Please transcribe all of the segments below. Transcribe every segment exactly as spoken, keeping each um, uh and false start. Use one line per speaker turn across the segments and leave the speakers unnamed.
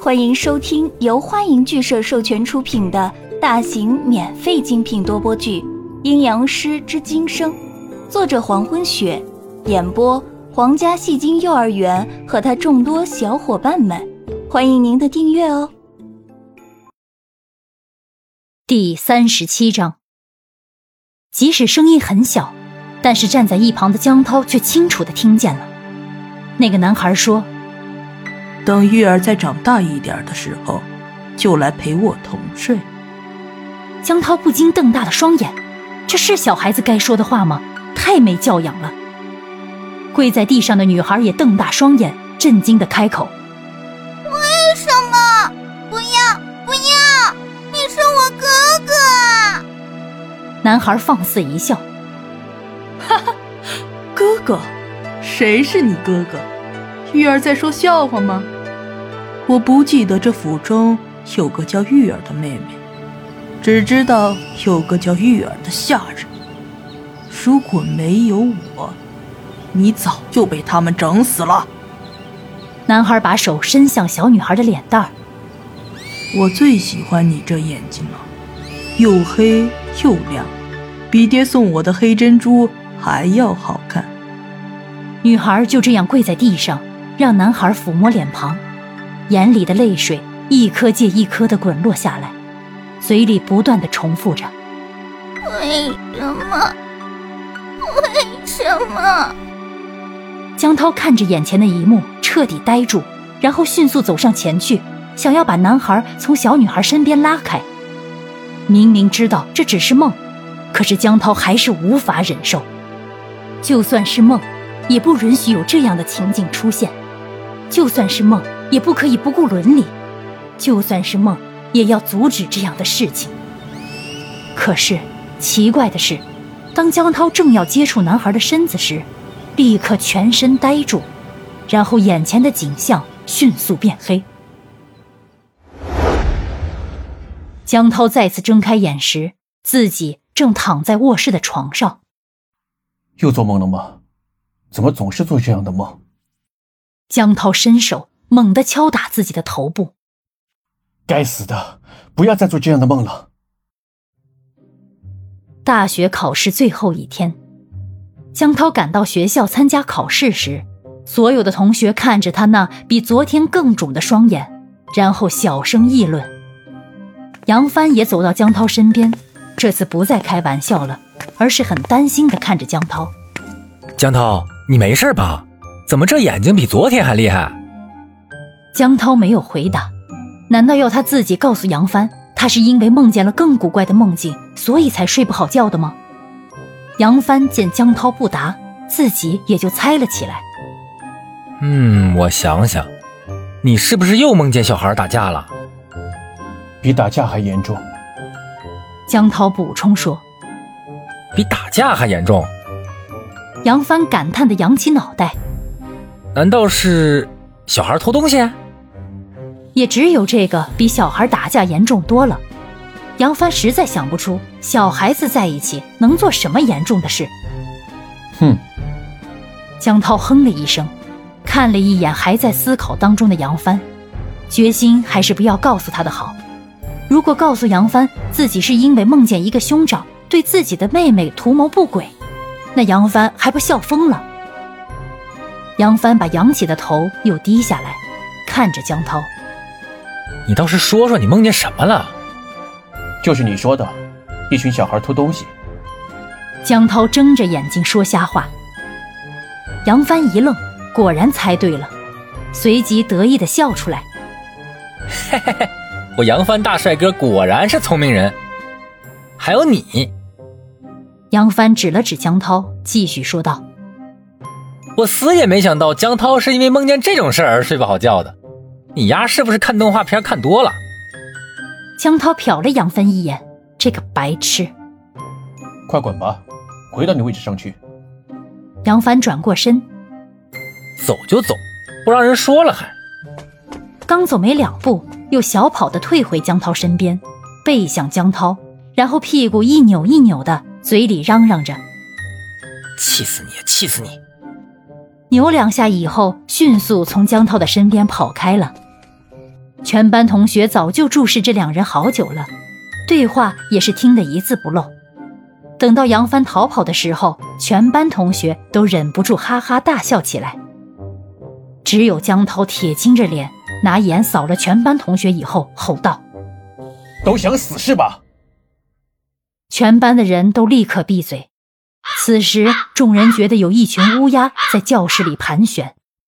欢迎收听由花影剧社授权出品的大型免费精品多播剧《阴阳师之今生》，作者黄昏雪，演播皇家戏精幼儿园和他众多小伙伴们，欢迎您的订阅哦。
第三十七章，即使声音很小，但是站在一旁的江涛却清楚地听见了。那个男孩说，
等玉儿再长大一点的时候，就来陪我同睡。
江涛不禁瞪大了双眼，这是小孩子该说的话吗？太没教养了。跪在地上的女孩也瞪大双眼，震惊地开口，
为什么？不要不要，你是我哥哥。
男孩放肆一笑，
哈哈，哥哥？谁是你哥哥？玉儿在说笑话吗？我不记得这府中有个叫玉儿的妹妹，只知道有个叫玉儿的下人。如果没有我，你早就被他们整死了。
男孩把手伸向小女孩的脸蛋儿。
我最喜欢你这眼睛了，又黑又亮，比爹送我的黑珍珠还要好看。
女孩就这样跪在地上，让男孩抚摸脸庞，眼里的泪水一颗接一颗地滚落下来，嘴里不断地重复着，
为什么？为什么？
江涛看着眼前的一幕，彻底呆住，然后迅速走上前去，想要把男孩从小女孩身边拉开。明明知道这只是梦，可是江涛还是无法忍受。就算是梦，也不允许有这样的情景出现。就算是梦，也不可以不顾伦理。就算是梦，也要阻止这样的事情。可是奇怪的是，当江涛正要接触男孩的身子时，立刻全身呆住，然后眼前的景象迅速变黑。江涛再次睁开眼时，自己正躺在卧室的床上。
又做梦了吗？怎么总是做这样的梦？
江涛伸手猛地敲打自己的头部。
该死的，不要再做这样的梦了。
大学考试最后一天，江涛赶到学校参加考试时，所有的同学看着他那比昨天更肿的双眼，然后小声议论。杨帆也走到江涛身边，这次不再开玩笑了，而是很担心地看着江涛。
江涛，你没事吧？怎么这眼睛比昨天还厉害？
江涛没有回答，难道要他自己告诉杨帆，他是因为梦见了更古怪的梦境，所以才睡不好觉的吗？杨帆见江涛不答，自己也就猜了起来。
嗯，我想想，你是不是又梦见小孩打架了？
比打架还严重。
江涛补充说。
比打架还严重？
杨帆感叹地扬起脑袋。
难道是小孩偷东西？
也只有这个比小孩打架严重多了。杨帆实在想不出小孩子在一起能做什么严重的事。
哼。
江涛哼了一声，看了一眼还在思考当中的杨帆，决心还是不要告诉他的好。如果告诉杨帆自己是因为梦见一个兄长对自己的妹妹图谋不轨，那杨帆还不笑疯了。杨帆把扬起的头又低下来，看着江涛。
你倒是说说你梦见什么了？
就是你说的，一群小孩偷东西。
江涛睁着眼睛说瞎话。杨帆一愣，果然猜对了，随即得意地笑出来。
嘿嘿嘿，我杨帆大帅哥果然是聪明人。还有你。
杨帆指了指江涛，继续说道，
我死也没想到江涛是因为梦见这种事而睡不好觉的。你丫是不是看动画片看多了？
江涛瞟了杨帆一眼，这个白痴。
快滚吧，回到你位置上去。
杨帆转过身。
走就走，不让人说了还。
刚走没两步，又小跑地退回江涛身边，背向江涛，然后屁股一扭一扭的，嘴里嚷嚷着，
气死你，气死你。
扭两下以后，迅速从江涛的身边跑开了。 全班同学早就注视这两人好久了，对话也是听得一字不漏。等到杨帆逃跑的时候，全班同学都忍不住哈哈大笑起来。只有江涛铁青着脸，拿眼扫了全班同学以后，吼道：
都想死是吧？
全班的人都立刻闭嘴。此时众人觉得有一群乌鸦在教室里盘旋。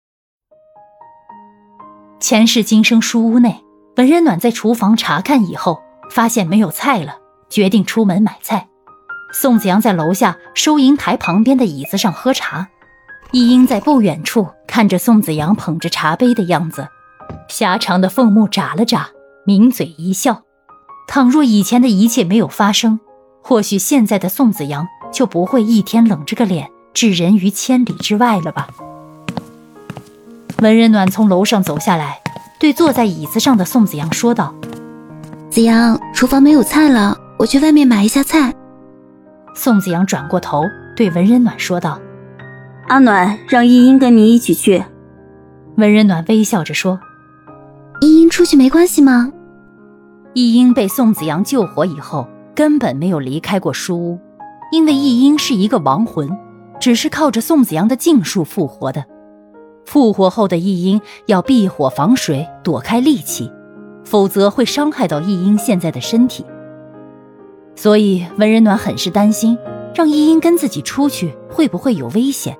前世今生书屋内，文人暖在厨房查看以后，发现没有菜了，决定出门买菜。宋子阳在楼下收银台旁边的椅子上喝茶，一英在不远处看着宋子阳捧着茶杯的样子，狭长的凤目眨了眨，抿嘴一笑。倘若以前的一切没有发生，或许现在的宋子阳就不会一天冷着个脸置人于千里之外了吧。文人暖从楼上走下来，对坐在椅子上的宋子阳说道：
子阳，厨房没有菜了，我去外面买一下菜。
宋子阳转过头对文人暖说道：
阿暖，让依英跟你一起去。
文人暖微笑着说：
依英出去没关系吗？
依英被宋子阳救活以后根本没有离开过书屋，因为依英是一个亡魂，只是靠着宋子阳的禁术复活的。复活后的依英要避火防水，躲开戾气，否则会伤害到依英现在的身体。所以文人暖很是担心，让依英跟自己出去会不会有危险。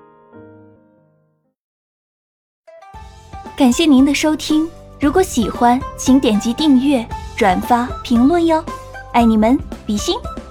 感谢您的收听，如果喜欢请点击订阅、转发、评论哟，爱你们，比心。